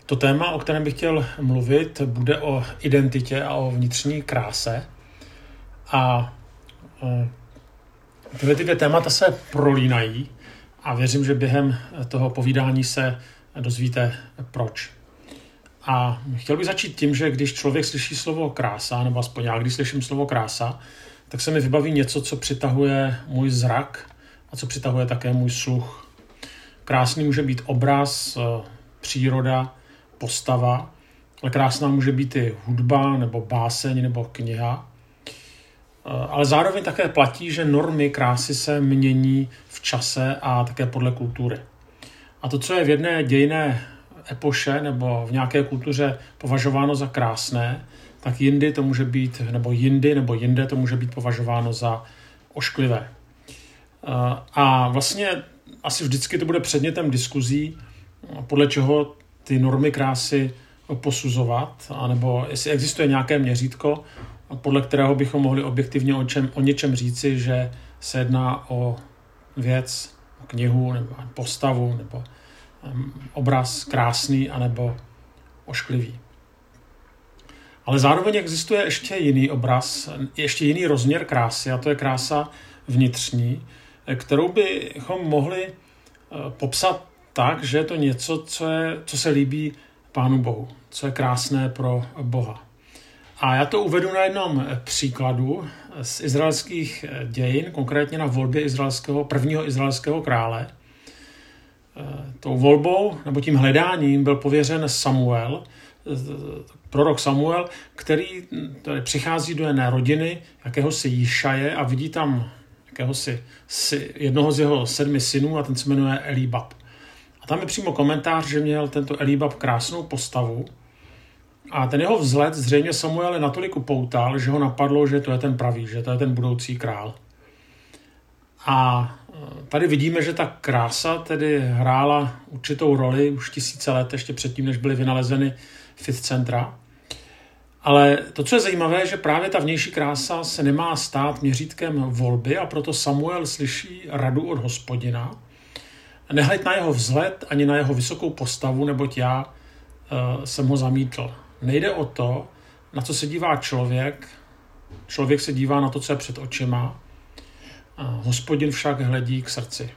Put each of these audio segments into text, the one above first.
To téma, o kterém bych chtěl mluvit, bude o identitě a o vnitřní kráse. A tyhle dvě témata se prolínají a věřím, že během toho povídání se dozvíte proč. A chtěl bych začít tím, že když člověk slyší slovo krása, nebo aspoň já, když slyším slovo krása, tak se mi vybaví něco, co přitahuje můj zrak a co přitahuje také můj sluch. Krásný může být obraz, příroda, postava, ale krásná může být i hudba, nebo báseň, nebo kniha. Ale zároveň také platí, že normy krásy se mění v čase a také podle kultury. A to, co je v jedné dějinné epoše nebo v nějaké kultuře považováno za krásné, tak jindy to může být, nebo jinde to může být považováno za ošklivé. A vlastně asi vždycky to bude předmětem diskuzí, podle čeho ty normy krásy posuzovat, anebo jestli existuje nějaké měřítko, podle kterého bychom mohli objektivně o něčem říci, že se jedná o věc, o knihu, nebo postavu, nebo obraz krásný, anebo ošklivý. Ale zároveň existuje ještě jiný obraz, ještě jiný rozměr krásy, a to je krása vnitřní, kterou bychom mohli popsat tak, že je to něco, co se líbí Pánu Bohu, co je krásné pro Boha. A já to uvedu na jednom příkladu z izraelských dějin, konkrétně na volbě prvního izraelského krále. Tou volbou, nebo tím hledáním byl pověřen Samuel, prorok Samuel, který přichází do jedné rodiny, jakéhosi Jíšaje, a vidí tam jednoho z jeho 7 synů, a ten se jmenuje Elíbab. A tam je přímo komentář, že měl tento Elíbab krásnou postavu a ten jeho vzhled zřejmě Samuel natolik upoutal, že ho napadlo, že to je ten pravý, že to je ten budoucí král. A tady vidíme, že ta krása tedy hrála určitou roli už tisíce let, ještě předtím, než byly vynalezeny fit centra. Ale to, co je zajímavé, je, že právě ta vnější krása se nemá stát měřítkem volby, a proto Samuel slyší radu od Hospodina. Nehleď na jeho vzhled ani na jeho vysokou postavu, neboť já jsem ho zamítl. Nejde o to, na co se dívá člověk. Člověk se dívá na to, co je před očima. Hospodin však hledí k srdci.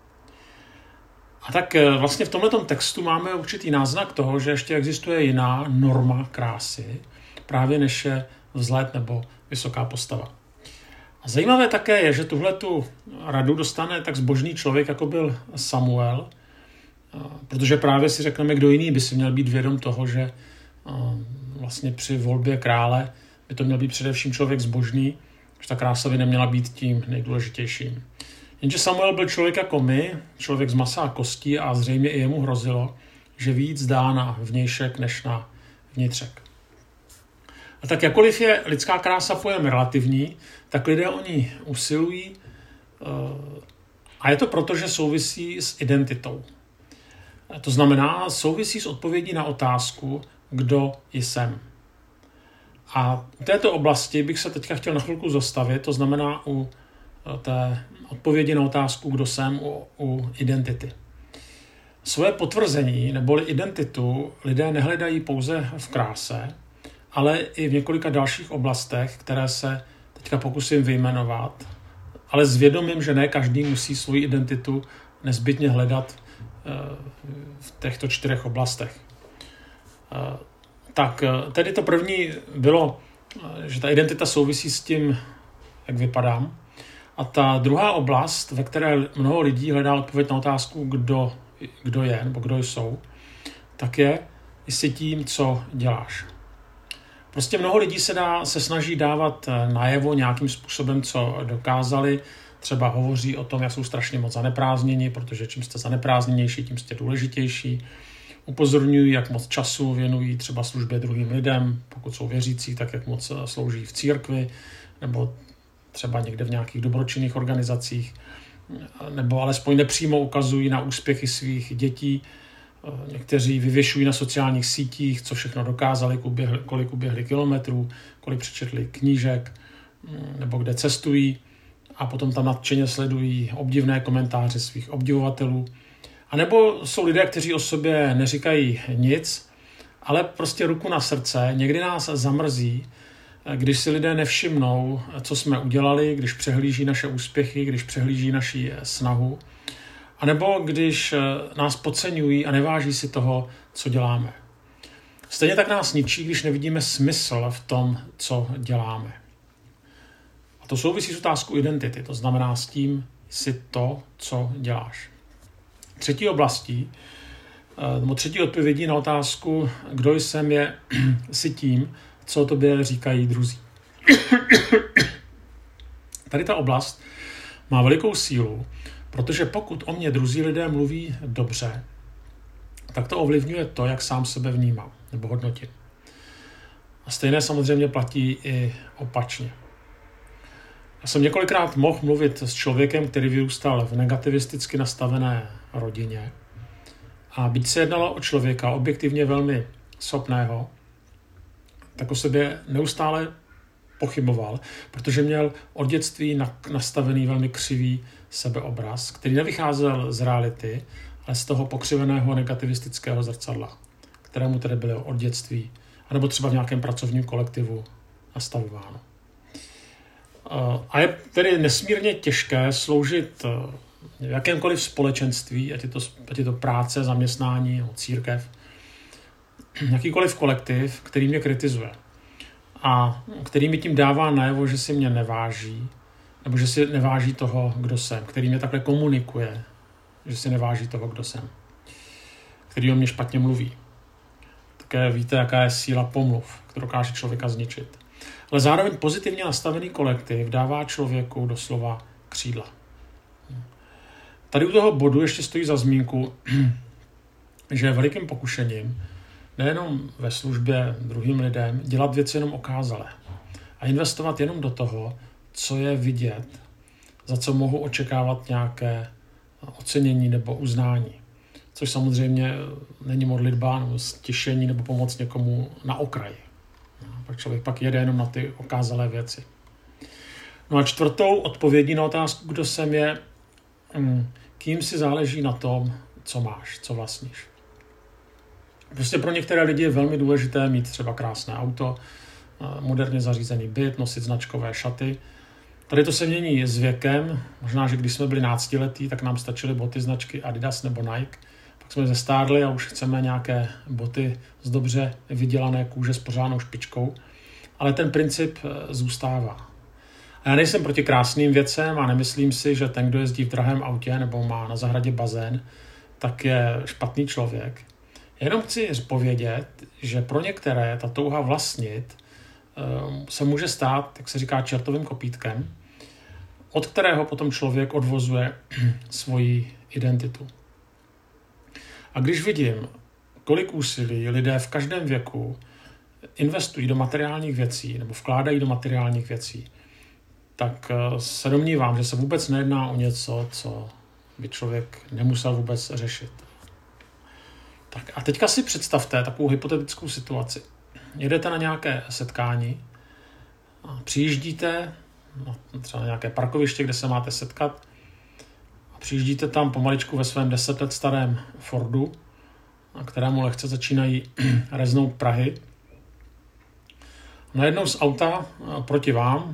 A tak vlastně v tomhletom textu máme určitý náznak toho, že ještě existuje jiná norma krásy, právě než je vzhled nebo vysoká postava. A zajímavé také je, že tuhletu radu dostane tak zbožný člověk, jako byl Samuel, protože právě si řekneme, kdo jiný by si měl být vědom toho, že vlastně při volbě krále by to měl být především člověk zbožný, že ta krása by neměla být tím nejdůležitějším. Jenže Samuel byl člověk jako my, člověk z masa a kostí, a zřejmě i jemu hrozilo, že víc dá na vnějšek než na vnitřek. A tak jakkoliv je lidská krása pojem relativní, tak lidé o ní usilují, a je to proto, že souvisí s identitou. To znamená, souvisí s odpovědí na otázku, kdo jsem. A v této oblasti bych se teďka chtěl na chvilku zastavit, to znamená u té odpovědi na otázku, kdo jsem, u identity. Svoje potvrzení neboli identitu lidé nehledají pouze v kráse, ale i v několika dalších oblastech, které se teďka pokusím vyjmenovat, ale s vědomím, že ne každý musí svoji identitu nezbytně hledat v těchto 4 oblastech. Tak tedy to první bylo, že ta identita souvisí s tím, jak vypadám. A ta druhá oblast, ve které mnoho lidí hledá odpověď na otázku, kdo je nebo kdo jsou, tak je jsi tím, co děláš. Prostě mnoho lidí se snaží dávat najevo nějakým způsobem, co dokázali. Třeba hovoří o tom, jak jsou strašně moc zaneprázdněni, protože čím jste zaneprázdněnější, tím jste důležitější. Upozorňují, jak moc času věnují třeba službě druhým lidem, pokud jsou věřící, tak jak moc slouží v církvi, nebo třeba někde v nějakých dobročinných organizacích, nebo alespoň nepřímo ukazují na úspěchy svých dětí. Někteří vyvěšují na sociálních sítích, co všechno dokázali, kolik uběhli kilometrů, kolik přečetli knížek, nebo kde cestují, a potom tam nadšeně sledují obdivné komentáře svých obdivovatelů. A nebo jsou lidé, kteří o sobě neříkají nic, Ale prostě ruku na srdce, někdy nás zamrzí, když si lidé nevšimnou, co jsme udělali, když přehlíží naše úspěchy, když přehlíží naši snahu, anebo když nás podceňují a neváží si toho, co děláme. Stejně tak nás ničí, když nevidíme smysl v tom, co děláme. A to souvisí s otázkou identity, to znamená s tím, si to, co děláš. Třetí odpovědí na otázku, kdo jsem, je si tím, co o tobě říkají druzí. Tady ta oblast má velikou sílu, protože pokud o mě druzí lidé mluví dobře, tak to ovlivňuje to, jak sám sebe vnímám nebo hodnotím. A stejné samozřejmě platí i opačně. Já jsem několikrát mohl mluvit s člověkem, který vyrůstal v negativisticky nastavené rodině. A byť se jednalo o člověka objektivně velmi schopného, tak o sobě neustále pochyboval, protože měl od dětství nastavený velmi křivý sebeobraz, který nevycházel z reality, ale z toho pokřiveného negativistického zrcadla, kterému tedy bylo od dětství, anebo třeba v nějakém pracovním kolektivu nastavováno. A je tedy nesmírně těžké sloužit v jakémkoliv společenství, ať je to práce, zaměstnání, církev, jakýkoliv kolektiv, který mě kritizuje a který mi tím dává najevo, že si mě neváží, nebo že si neváží toho, kdo jsem, který mě takhle komunikuje, že si neváží toho, kdo jsem, který o mě špatně mluví. Také víte, jaká je síla pomluv, kterou dokáže člověka zničit. Ale zároveň pozitivně nastavený kolektiv dává člověku doslova křídla. Tady u toho bodu ještě stojí za zmínku, že je velikým pokušením nejenom ve službě druhým lidem dělat věci jenom okázale a investovat jenom do toho, co je vidět, za co mohu očekávat nějaké ocenění nebo uznání. Což samozřejmě není modlitba nebo stěšení nebo pomoc někomu na okraji. Pak člověk pak jede jenom na ty okázalé věci. No a čtvrtou odpovědí na otázku, kdo jsem, je, kým si záleží na tom, co máš, co vlastníš. Prostě pro některé lidi je velmi důležité mít třeba krásné auto, moderně zařízený byt, nosit značkové šaty. Tady to se mění s věkem. Možná, že když jsme byli náctiletí, tak nám stačily boty značky Adidas nebo Nike. Pak jsme zestárli a už chceme nějaké boty z dobře vydělané kůže s pořádnou špičkou. Ale ten princip zůstává. A já nejsem proti krásným věcem a nemyslím si, že ten, kdo jezdí v drahém autě nebo má na zahradě bazén, tak je špatný člověk. Jenom chci povědět, že pro některé ta touha vlastnit se může stát, jak se říká, čertovým kopítkem, od kterého potom člověk odvozuje svoji identitu. A když vidím, kolik úsilí lidé v každém věku investují do materiálních věcí nebo vkládají do materiálních věcí, tak se domnívám, že se vůbec nejedná o něco, co by člověk nemusel vůbec řešit. Tak a teďka si představte takovou hypotetickou situaci. Jedete na nějaké setkání, přijíždíte třeba na nějaké parkoviště, kde se máte setkat, a přijíždíte tam pomaličku ve svém 10 let starém Fordu, kterému lehce začínají reznout prahy. Najednou z auta proti vám,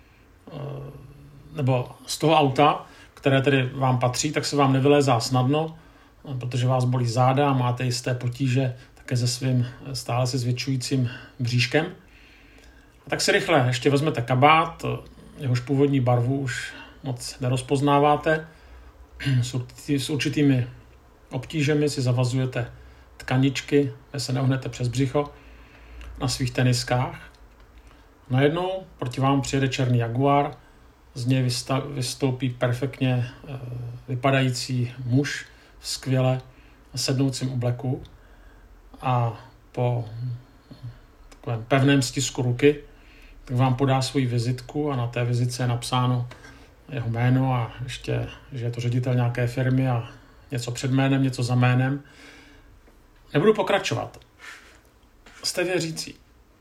nebo z toho auta, které tedy vám patří, tak se vám nevylézá snadno, protože vás bolí záda a máte jisté potíže také se svým stále se zvětšujícím bříškem. A tak si rychle ještě vezmete kabát, jehož původní barvu už moc nerozpoznáváte. S určitými obtížemi si zavazujete tkaničky, kde se neuhnete přes břicho na svých teniskách. Najednou proti vám přijede černý Jaguar, z něj vystoupí perfektně vypadající muž v skvěle sednoucím obleku a po takovém pevném stisku ruky tak vám podá svoji vizitku a na té vizitce je napsáno jeho jméno a ještě, že je to ředitel nějaké firmy a něco před jménem, něco za jménem. Nebudu pokračovat. Jste věřící.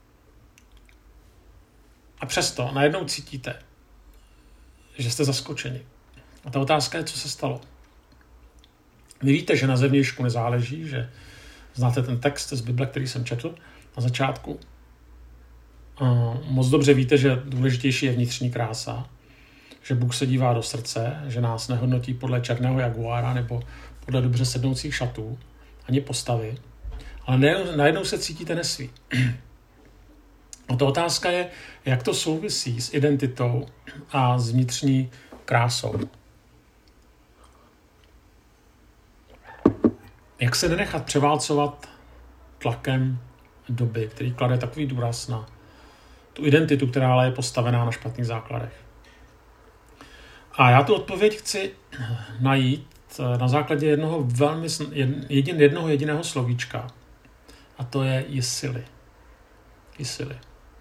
A přesto najednou cítíte, že jste zaskočeni. A ta otázka je, co se stalo. Vy víte, že na zevnějšku nezáleží, že Znáte ten text z Bible, který jsem četl na začátku? Moc dobře víte, že důležitější je vnitřní krása, že Bůh se dívá do srdce, že nás nehodnotí podle černého jaguára nebo podle dobře sednoucích šatů, ani postavy, ale najednou se cítíte nesvý. A ta otázka je, jak to souvisí s identitou a s vnitřní krásou. Jak se nenechat převálcovat tlakem doby, který klade takový důraz na tu identitu, která ale je postavená na špatných základech. A já tu odpověď chci najít na základě jednoho jediného slovíčka. A to je jisili. Jisili.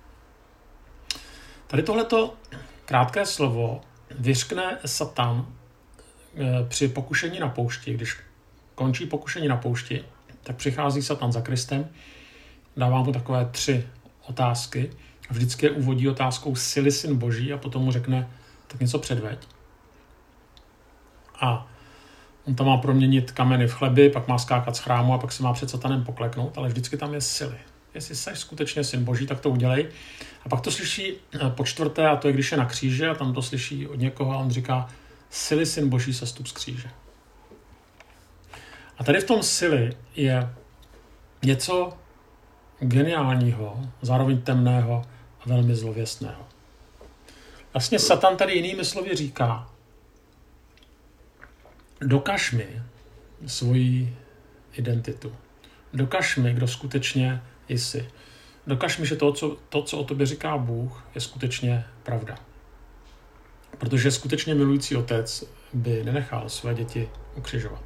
Tady tohleto krátké slovo vyřkne Satan při pokušení na poušti. Když končí pokušení na poušti, tak přichází Satan za Kristem, dává mu takové 3 otázky. Vždycky je úvodí otázkou sily syn Boží a potom mu řekne, tak něco předveď. A on tam má proměnit kameny v chleby, pak má skákat z chrámu a pak se má před Satanem pokleknout, ale vždycky tam je sily. Jestli jsi skutečně syn Boží, tak to udělej. A pak to slyší po 4. a to je, když je na kříži a tam to slyší od někoho a on říká, sily syn Boží, sestup z kříže. A tady v tom sily je něco geniálního, zároveň temného a velmi zlověstného. Vlastně Satan tady jinými slovy říká, dokaž mi svoji identitu. Dokaž mi, kdo skutečně jsi. Dokaž mi, že to, co o tobě říká Bůh, je skutečně pravda. Protože skutečně milující otec by nenechal své děti ukřižovat.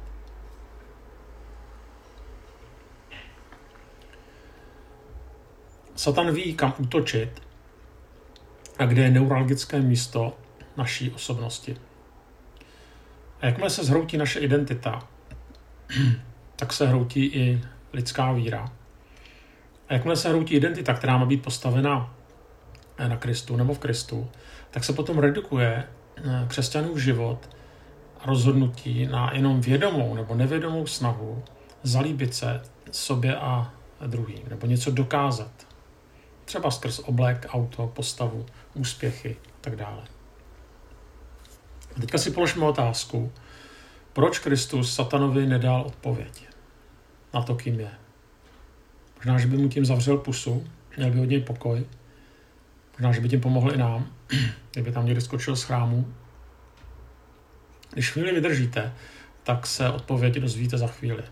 Satan ví, kam útočit a kde je neuralgické místo naší osobnosti. A jakmile se zhroutí naše identita, tak se hroutí i lidská víra. A jakmile se hroutí identita, která má být postavena na Kristu nebo v Kristu, tak se potom redukuje křesťanův život a rozhodnutí na jenom vědomou nebo nevědomou snahu zalíbit se sobě a druhým, nebo něco dokázat. Třeba skrz oblek, auto, postavu, úspěchy a tak dále. A teďka si položme otázku, proč Kristus Satanovi nedal odpověď na to, kým je. Možná, že by mu tím zavřel pusu, měl by od něj pokoj. Možná, že by tím pomohl i nám, kdyby tam někdy skočil z chrámu. Když chvíli vydržíte, tak se odpověď dozvíte za chvíli.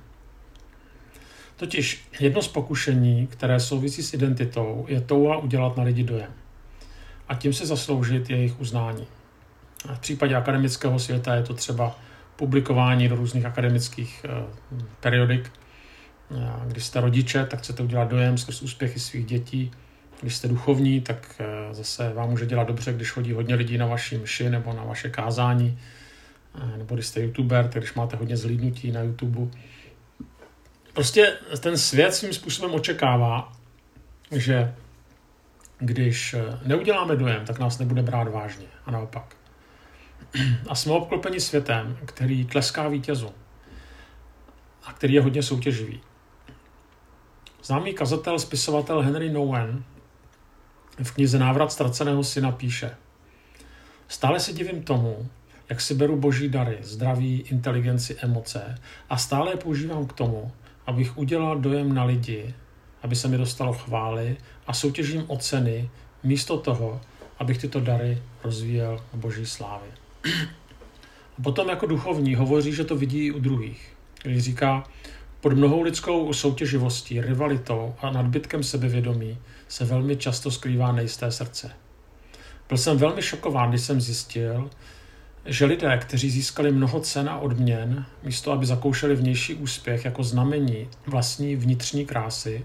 Totiž jedno z pokušení, které souvisí s identitou, je touha udělat na lidi dojem. A tím se zasloužit jejich uznání. A v případě akademického světa je to třeba publikování do různých akademických periodik. Když jste rodiče, tak chcete udělat dojem skrz úspěchy svých dětí. Když jste duchovní, tak zase vám může dělat dobře, když chodí hodně lidí na vaši mši nebo na vaše kázání. Nebo když jste youtuber, tak když máte hodně zhlídnutí na YouTube. Prostě ten svět svým způsobem očekává, že když neuděláme dojem, tak nás nebude brát vážně. A naopak. A jsme obklopeni světem, který tleská vítězům a který je hodně soutěživý. Známý kazatel, spisovatel Henry Nouwen v knize Návrat ztraceného syna píše: stále se divím tomu, jak si beru boží dary, zdraví, inteligenci, emoce a stále je používám k tomu, abych udělal dojem na lidi, aby se mi dostalo chvály a soutěžím o ceny, místo toho, abych tyto dary rozvíjel v boží slávě. A potom jako duchovní hovoří, že to vidí i u druhých. Když říká, pod mnohou lidskou soutěživostí, rivalitou a nadbytkem sebevědomí se velmi často skrývá nejisté srdce. Byl jsem velmi šokován, když jsem zjistil, že lidé, kteří získali mnoho cen a odměn, místo aby zakoušeli vnější úspěch jako znamení vlastní vnitřní krásy,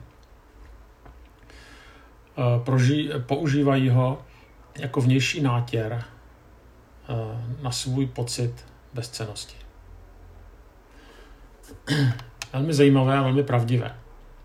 používají ho jako vnější nátěr na svůj pocit bezcennosti. Velmi zajímavé a velmi pravdivé.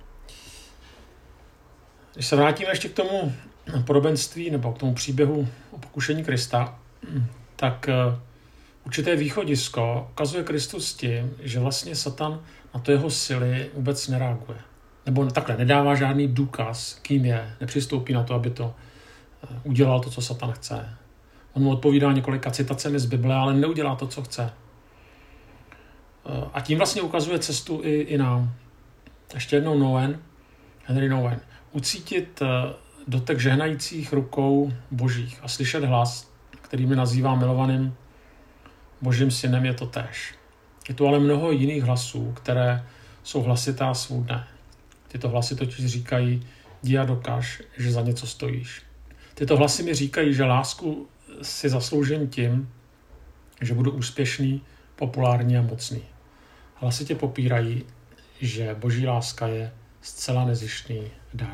Když se vrátíme ještě k tomu podobenství nebo k tomu příběhu o pokušení Krista, tak určité východisko ukazuje Kristus tím, že vlastně Satan na to jeho sily vůbec nereaguje. Nebo takhle, nedává žádný důkaz, kým je, nepřistoupí na to, aby to udělal to, co Satan chce. On mu odpovídá několika citacemi z Bible, ale neudělá to, co chce. A tím vlastně ukazuje cestu i nám. Ještě jednou Henry Nouwen. Ucítit dotek žehnajících rukou božích a slyšet hlas, který mi nazývá milovaným Božím synem, je to též. Je tu ale mnoho jiných hlasů, které jsou hlasitá svůdné. Tyto hlasy totiž říkají, jdi a dokaž, že za něco stojíš. Tyto hlasy mi říkají, že lásku si zasloužím tím, že budu úspěšný, populární a mocný. Hlasitě popírají, že boží láska je zcela nezištný dar.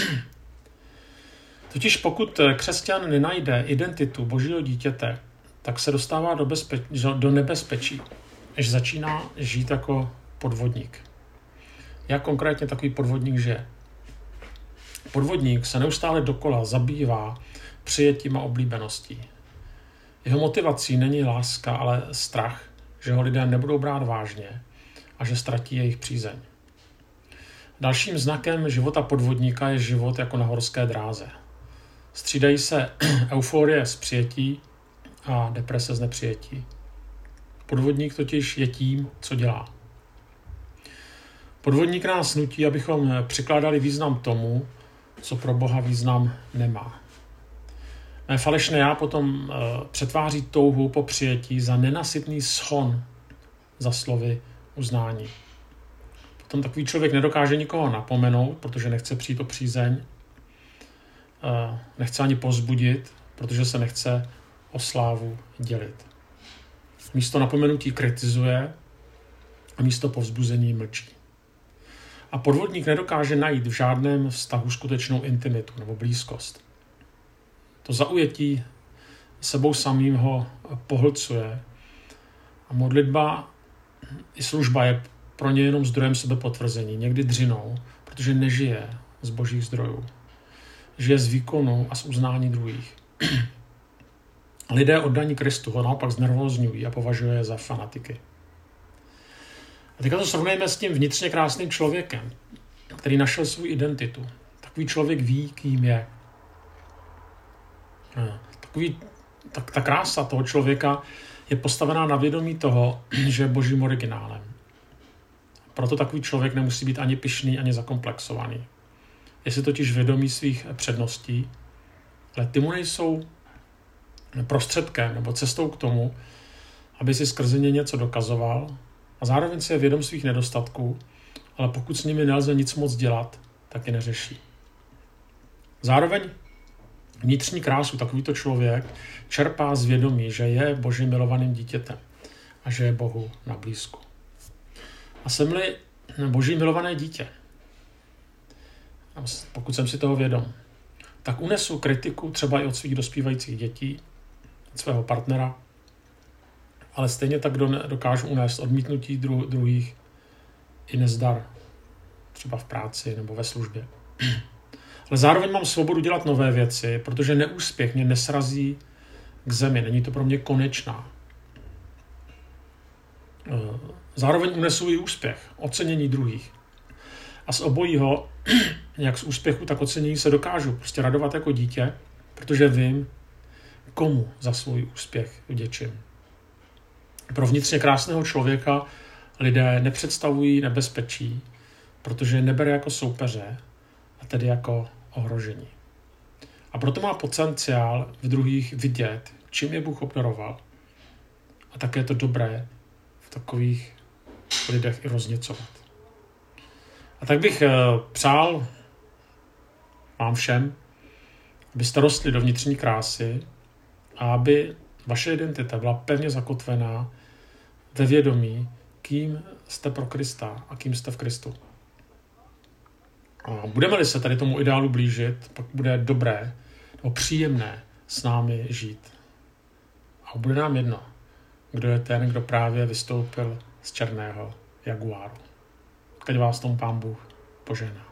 Totiž pokud křesťan nenajde identitu božího dítěte, tak se dostává do nebezpečí, že začíná žít jako podvodník. Jak konkrétně takový podvodník žije? Podvodník se neustále dokola zabývá přijetím a oblíbeností. Jeho motivací není láska, ale strach, že ho lidé nebudou brát vážně a že ztratí jejich přízeň. Dalším znakem života podvodníka je život jako na horské dráze. Střídají se euforie z přijetí a deprese z nepřijetí. Podvodník totiž je tím, co dělá. Podvodník nás nutí, abychom přikládali význam tomu, co pro Boha význam nemá. Mé falešné já potom přetváří touhu po přijetí za nenasytný schon za slovy uznání. Potom takový člověk nedokáže nikoho napomenout, protože nechce přijít o přízeň, nechce ani povzbudit, protože se nechce o slávu dělit. Místo napomenutí kritizuje a místo povzbuzení mlčí. A podvodník nedokáže najít v žádném vztahu skutečnou intimitu nebo blízkost. To zaujetí sebou samým ho pohlcuje a modlitba i služba je pro ně jenom zdrojem sebepotvrzení, někdy dřinou, protože nežije z božích zdrojů. Žije z výkonu a z uznání druhých. Lidé oddaní Kristu ho naopak znervózňují a považuje je za fanatiky. A teďka to srovnejme s tím vnitřně krásným člověkem, který našel svou identitu. Takový člověk ví, kým je. Ta krása toho člověka je postavená na vědomí toho, že je božím originálem. Proto takový člověk nemusí být ani pyšný, ani zakomplexovaný. Je si totiž vědomí svých předností, ale ty mu nejsou prostředkem nebo cestou k tomu, aby si skrze ně něco dokazoval a zároveň si je vědom svých nedostatků, ale pokud s nimi nelze nic moc dělat, tak je neřeší. Zároveň vnitřní krásu takovýto člověk čerpá z vědomí, že je božím milovaným dítětem a že je Bohu na blízku. A jsem-li boží milované dítě, pokud jsem si toho vědom, tak unesu kritiku třeba i od svých dospívajících dětí, od svého partnera, ale stejně tak dokážu unést odmítnutí druhých i nezdar, třeba v práci nebo ve službě. Ale zároveň mám svobodu dělat nové věci, protože neúspěch mě nesrazí k zemi, není to pro mě konečná. Zároveň unesu i úspěch, ocenění druhých. A z obojího, jak z úspěchu, tak ocenění se dokážu prostě radovat jako dítě, protože vím, komu za svůj úspěch vděčím. Pro vnitřně krásného člověka lidé nepředstavují nebezpečí, protože je nebere jako soupeře, a tedy jako ohrožení. A proto má potenciál v druhých vidět, čím je Bůh obdaroval. A také je to dobré v takových lidech i rozněcovat. A tak bych přál vám všem, abyste rostli do vnitřní krásy a aby vaše identita byla pevně zakotvená ve vědomí, kým jste pro Krista a kým jste v Kristu. A budeme-li se tady tomu ideálu blížit, pak bude dobré nebo příjemné s námi žít. A bude nám jedno, kdo je ten, kdo právě vystoupil z černého jaguáru. Ať vás tomu Pán Bůh požehná.